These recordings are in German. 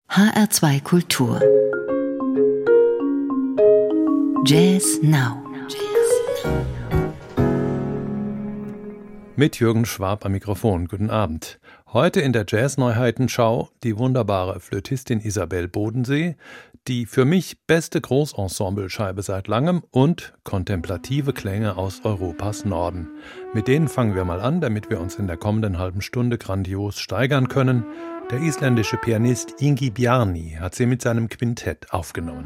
HR2 Kultur Jazz Now mit Jürgen Schwab am Mikrofon. Guten Abend. Heute in der Jazz-Neuheiten-Schau die wunderbare Flötistin Isabel Bodensee, die für mich beste Großensemble-Scheibe seit langem und kontemplative Klänge aus Europas Norden. Mit denen fangen wir mal an, damit wir uns in der kommenden halben Stunde grandios steigern können. Der isländische Pianist Ingi Bjarni hat sie mit seinem Quintett aufgenommen.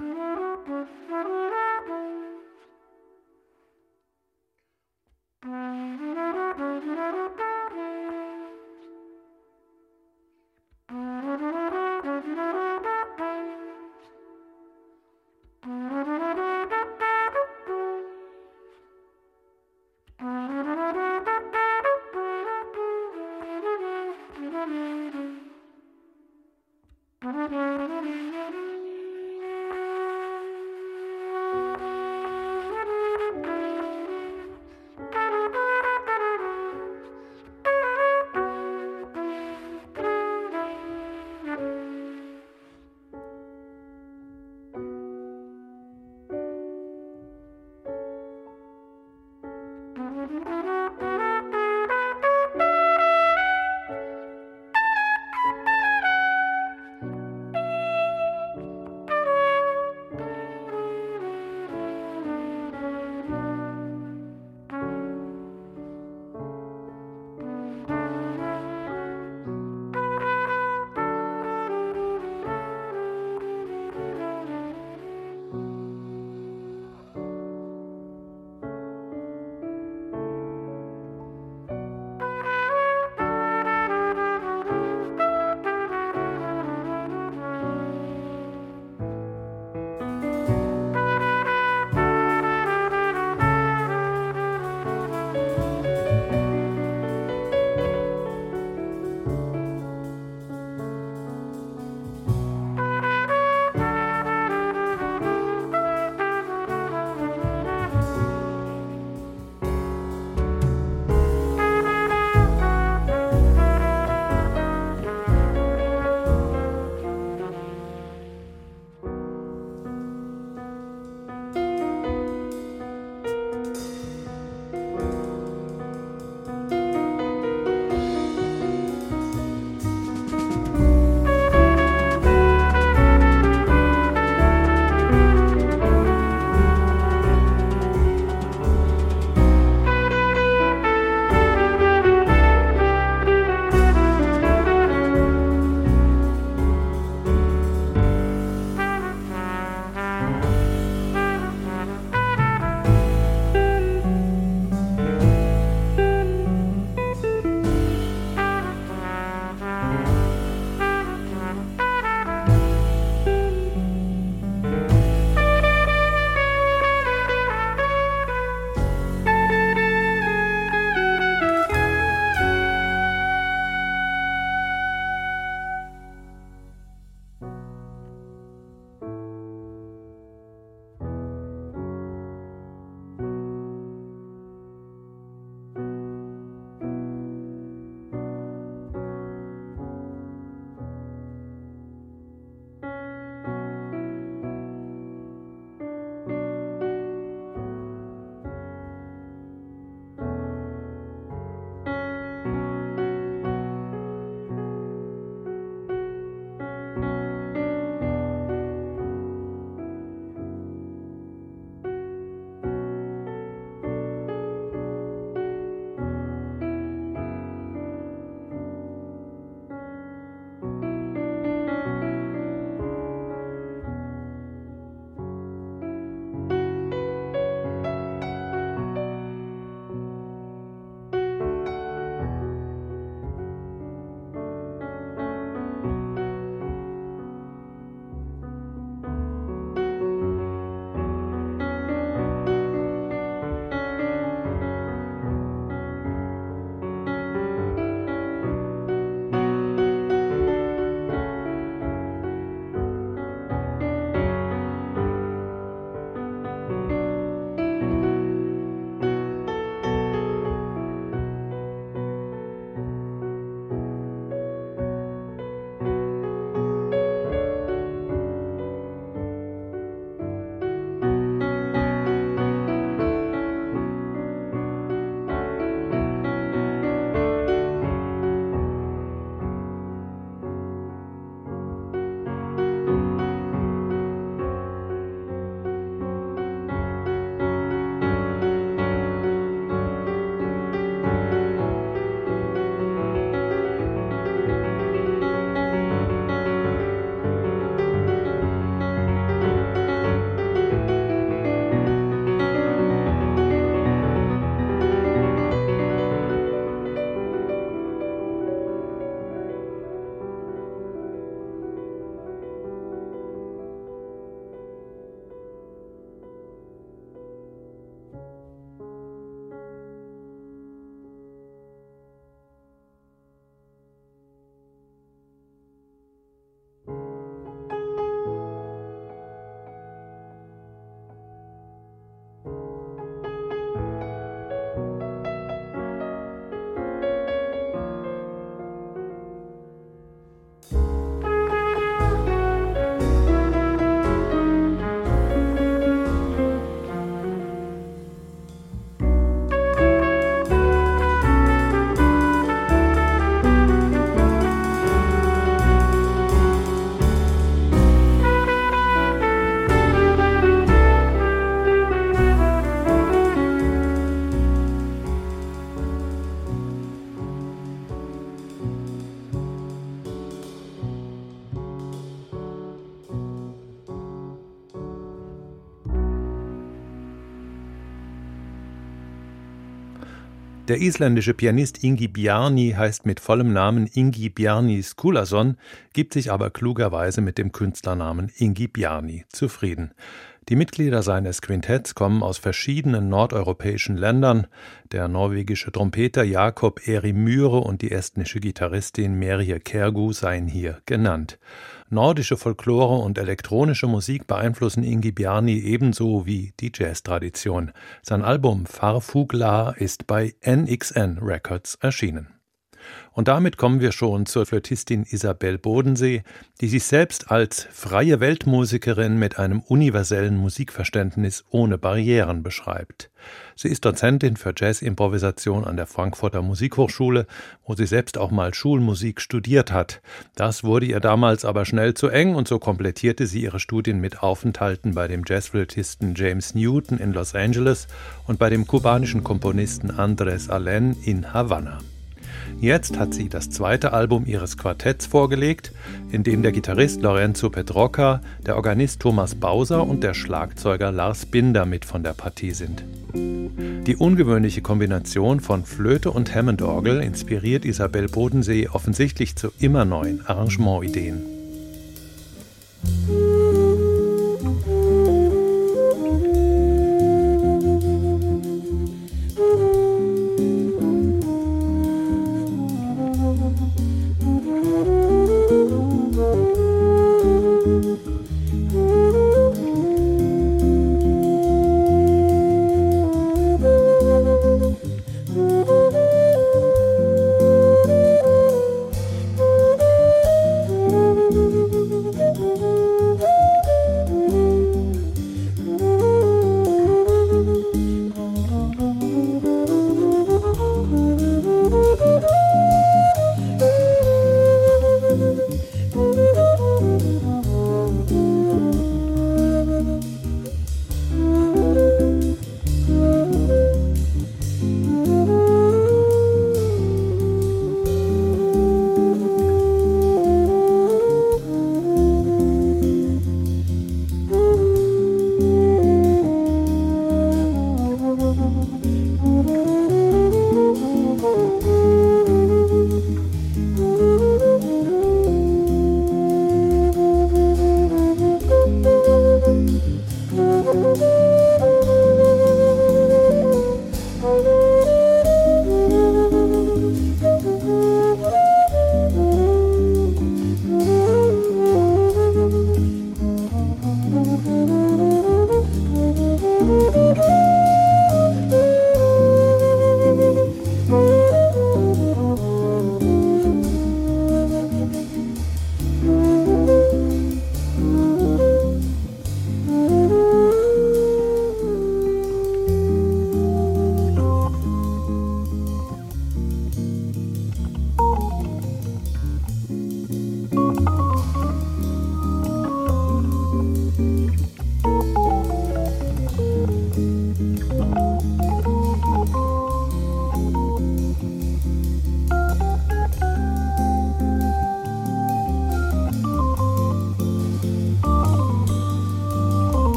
Der isländische Pianist Ingi Bjarni heißt mit vollem Namen Ingi Bjarni Skúlason, gibt sich aber klugerweise mit dem Künstlernamen Ingi Bjarni zufrieden. Die Mitglieder seines Quintetts kommen aus verschiedenen nordeuropäischen Ländern. Der norwegische Trompeter Jakob Eri Myhre und die estnische Gitarristin Merje Kergu seien hier genannt. Nordische Folklore und elektronische Musik beeinflussen Ingi Bjarni ebenso wie die Jazz-Tradition. Sein Album Farfuglar ist bei NXN Records erschienen. Und damit kommen wir schon zur Flötistin Isabelle Bodensee, die sich selbst als freie Weltmusikerin mit einem universellen Musikverständnis ohne Barrieren beschreibt. Sie ist Dozentin für Jazz-Improvisation an der Frankfurter Musikhochschule, wo sie selbst auch mal Schulmusik studiert hat. Das wurde ihr damals aber schnell zu eng und so komplettierte sie ihre Studien mit Aufenthalten bei dem Jazzflötisten James Newton in Los Angeles und bei dem kubanischen Komponisten Andrés Alén in Havanna. Jetzt hat sie das zweite Album ihres Quartetts vorgelegt, in dem der Gitarrist Lorenzo Pedrocca, der Organist Thomas Bauser und der Schlagzeuger Lars Binder mit von der Partie sind. Die ungewöhnliche Kombination von Flöte und Hammondorgel inspiriert Isabelle Bodensee offensichtlich zu immer neuen Arrangementideen.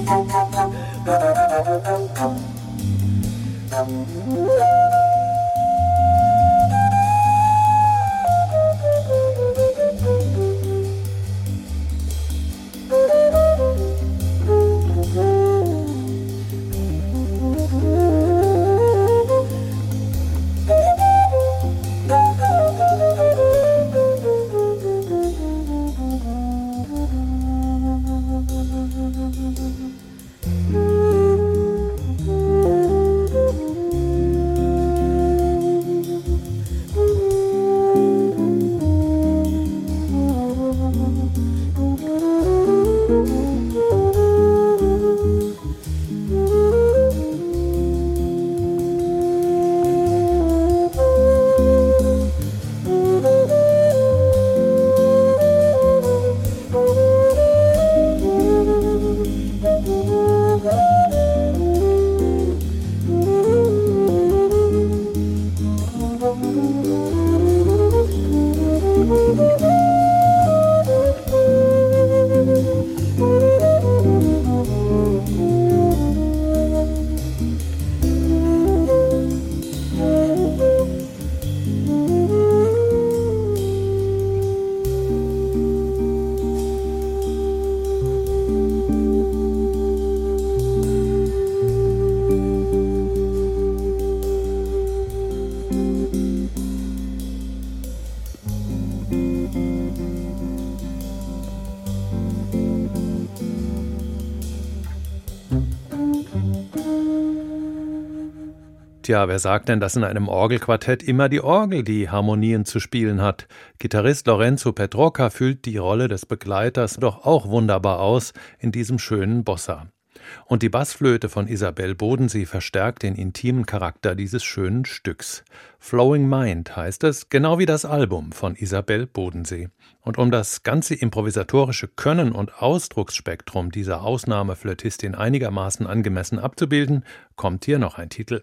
Tja, wer sagt denn, dass in einem Orgelquartett immer die Orgel die Harmonien zu spielen hat? Gitarrist Lorenzo Petrocca füllt die Rolle des Begleiters doch auch wunderbar aus in diesem schönen Bossa. Und die Bassflöte von Isabelle Bodensee verstärkt den intimen Charakter dieses schönen Stücks. Flowing Mind heißt es, genau wie das Album von Isabelle Bodensee. Und um das ganze improvisatorische Können und Ausdrucksspektrum dieser Ausnahmeflötistin einigermaßen angemessen abzubilden, kommt hier noch ein Titel.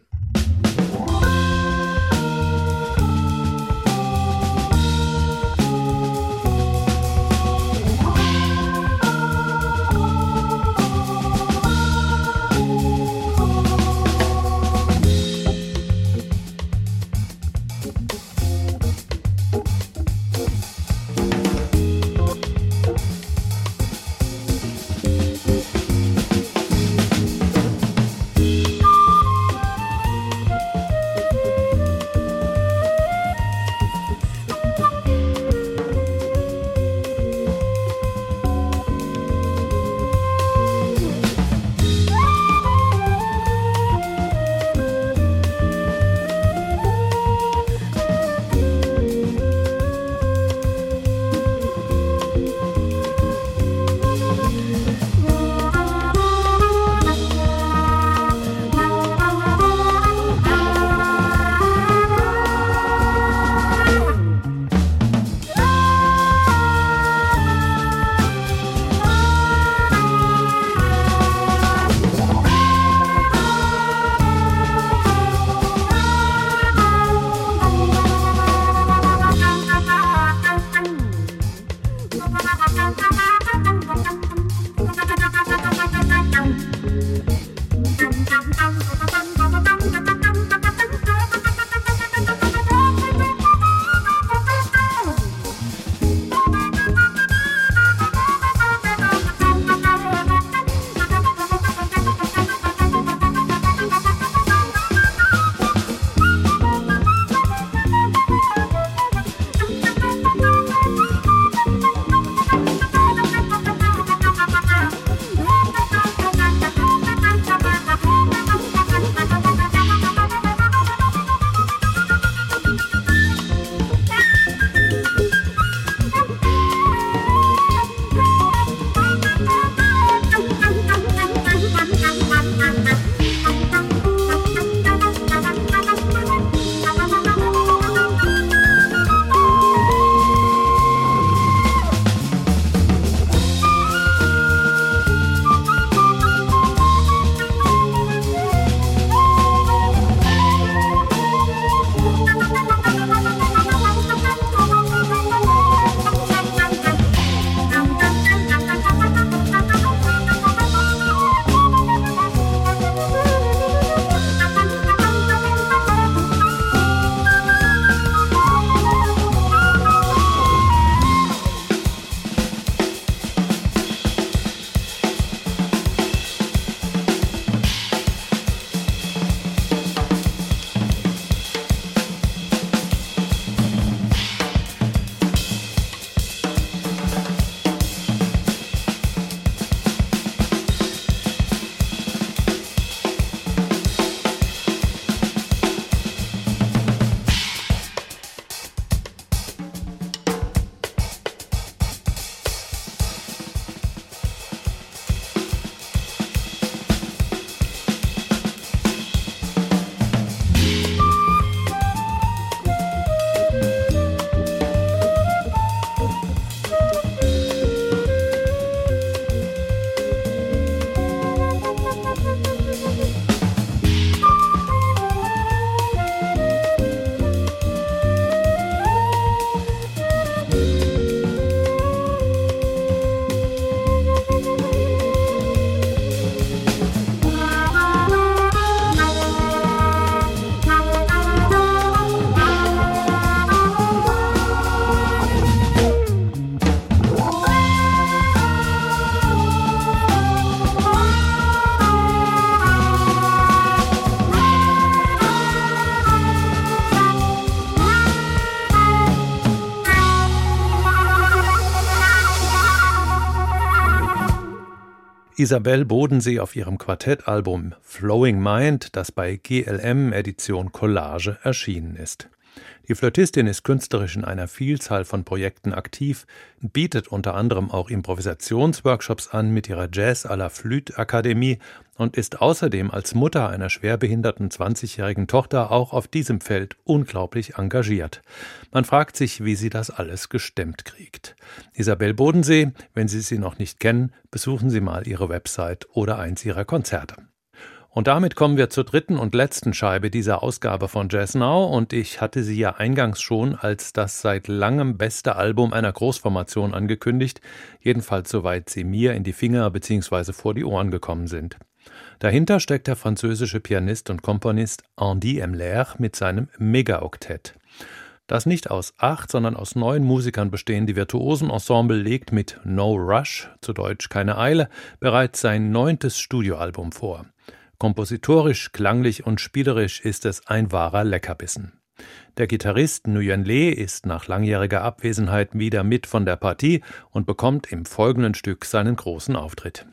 Isabelle Bodensee auf ihrem Quartettalbum Flowing Mind, das bei GLM Edition Collage erschienen ist. Die Flötistin ist künstlerisch in einer Vielzahl von Projekten aktiv, bietet unter anderem auch Improvisationsworkshops an mit ihrer Jazz à la Flûte Akademie und ist außerdem als Mutter einer schwerbehinderten 20-jährigen Tochter auch auf diesem Feld unglaublich engagiert. Man fragt sich, wie sie das alles gestemmt kriegt. Isabelle Bodensee, wenn Sie sie noch nicht kennen, besuchen Sie mal ihre Website oder eins ihrer Konzerte. Und damit kommen wir zur dritten und letzten Scheibe dieser Ausgabe von Jazz Now, und ich hatte sie ja eingangs schon als das seit langem beste Album einer Großformation angekündigt, jedenfalls soweit sie mir in die Finger bzw. vor die Ohren gekommen sind. Dahinter steckt der französische Pianist und Komponist Andy Emler mit seinem Mega-Oktett. Das nicht aus 8, sondern aus 9 Musikern bestehende Virtuosenensemble legt mit No Rush, zu Deutsch keine Eile, bereits sein 9. Studioalbum vor. Kompositorisch, klanglich und spielerisch ist es ein wahrer Leckerbissen. Der Gitarrist Nguyen Le ist nach langjähriger Abwesenheit wieder mit von der Partie und bekommt im folgenden Stück seinen großen Auftritt.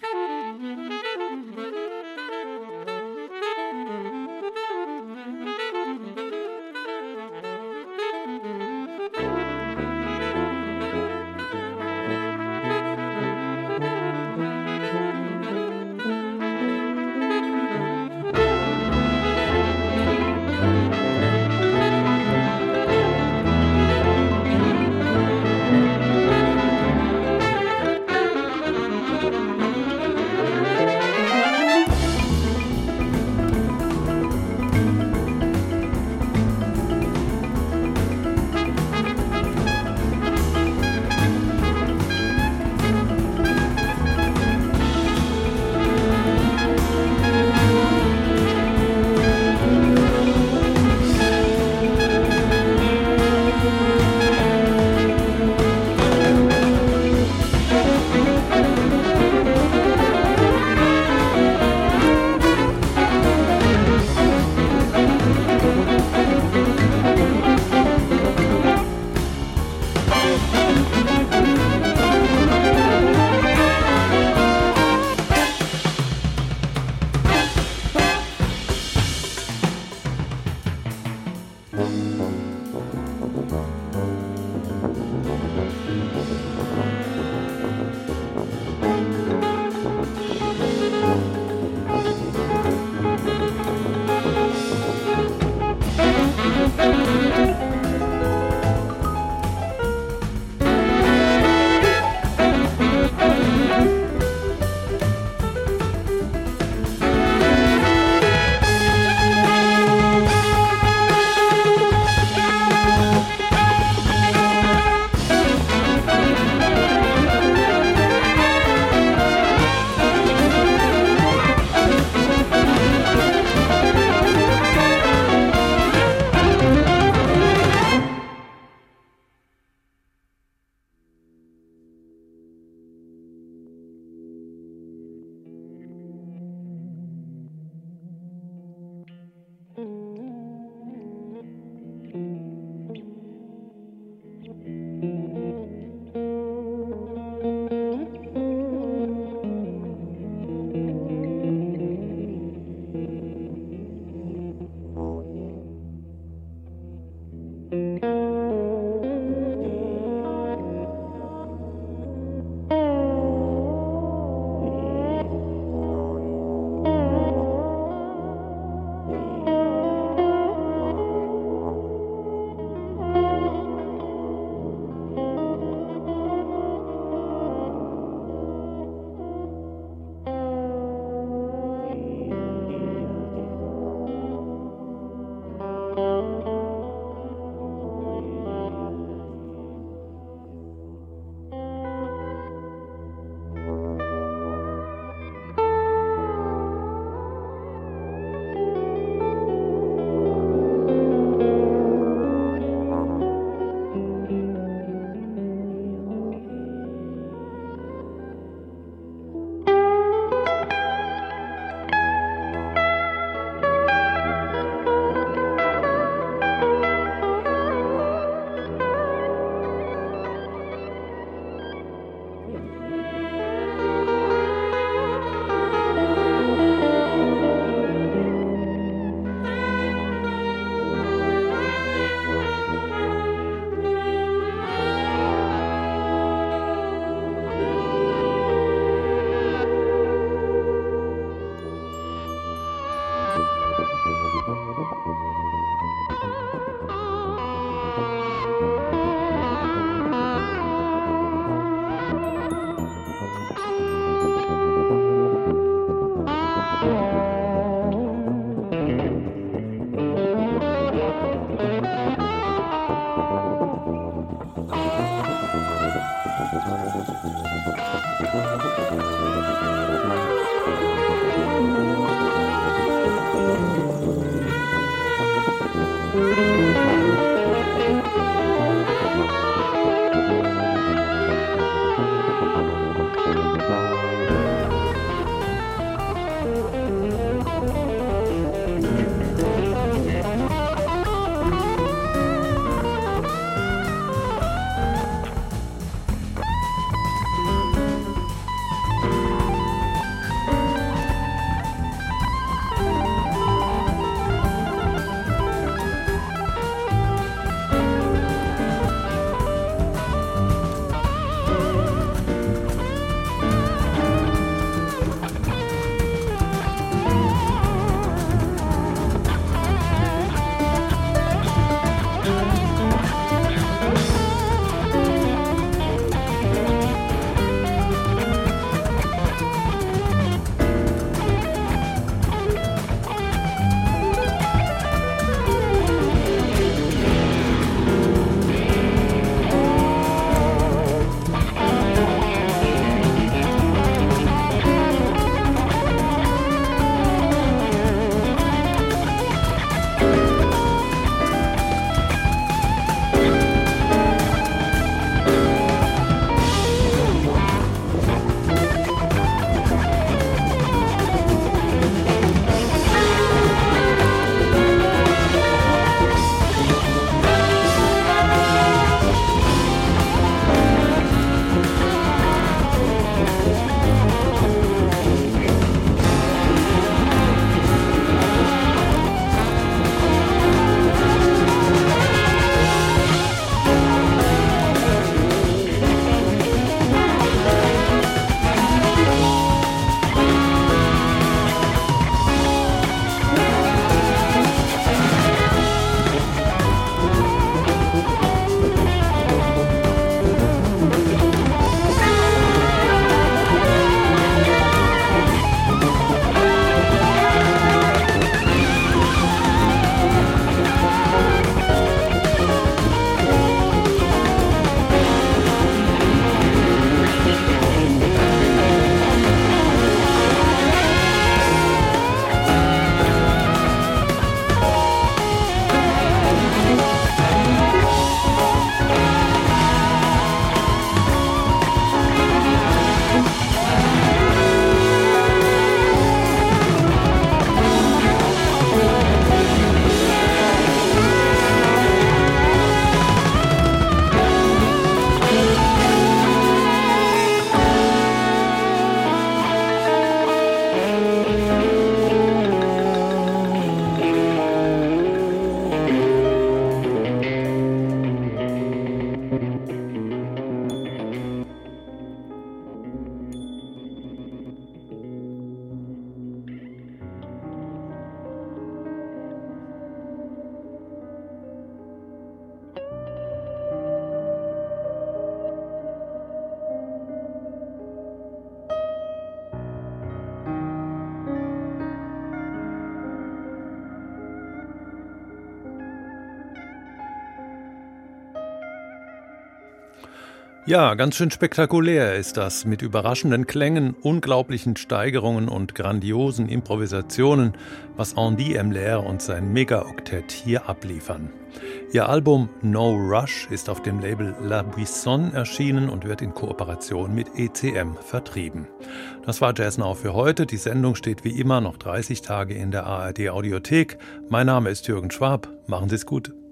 Ja, ganz schön spektakulär ist das, mit überraschenden Klängen, unglaublichen Steigerungen und grandiosen Improvisationen, was Andy Emler und sein Mega-Oktett hier abliefern. Ihr Album No Rush ist auf dem Label La Buisson erschienen und wird in Kooperation mit ECM vertrieben. Das war Jazz Now für heute. Die Sendung steht wie immer noch 30 Tage in der ARD Audiothek. Mein Name ist Jürgen Schwab. Machen Sie es gut.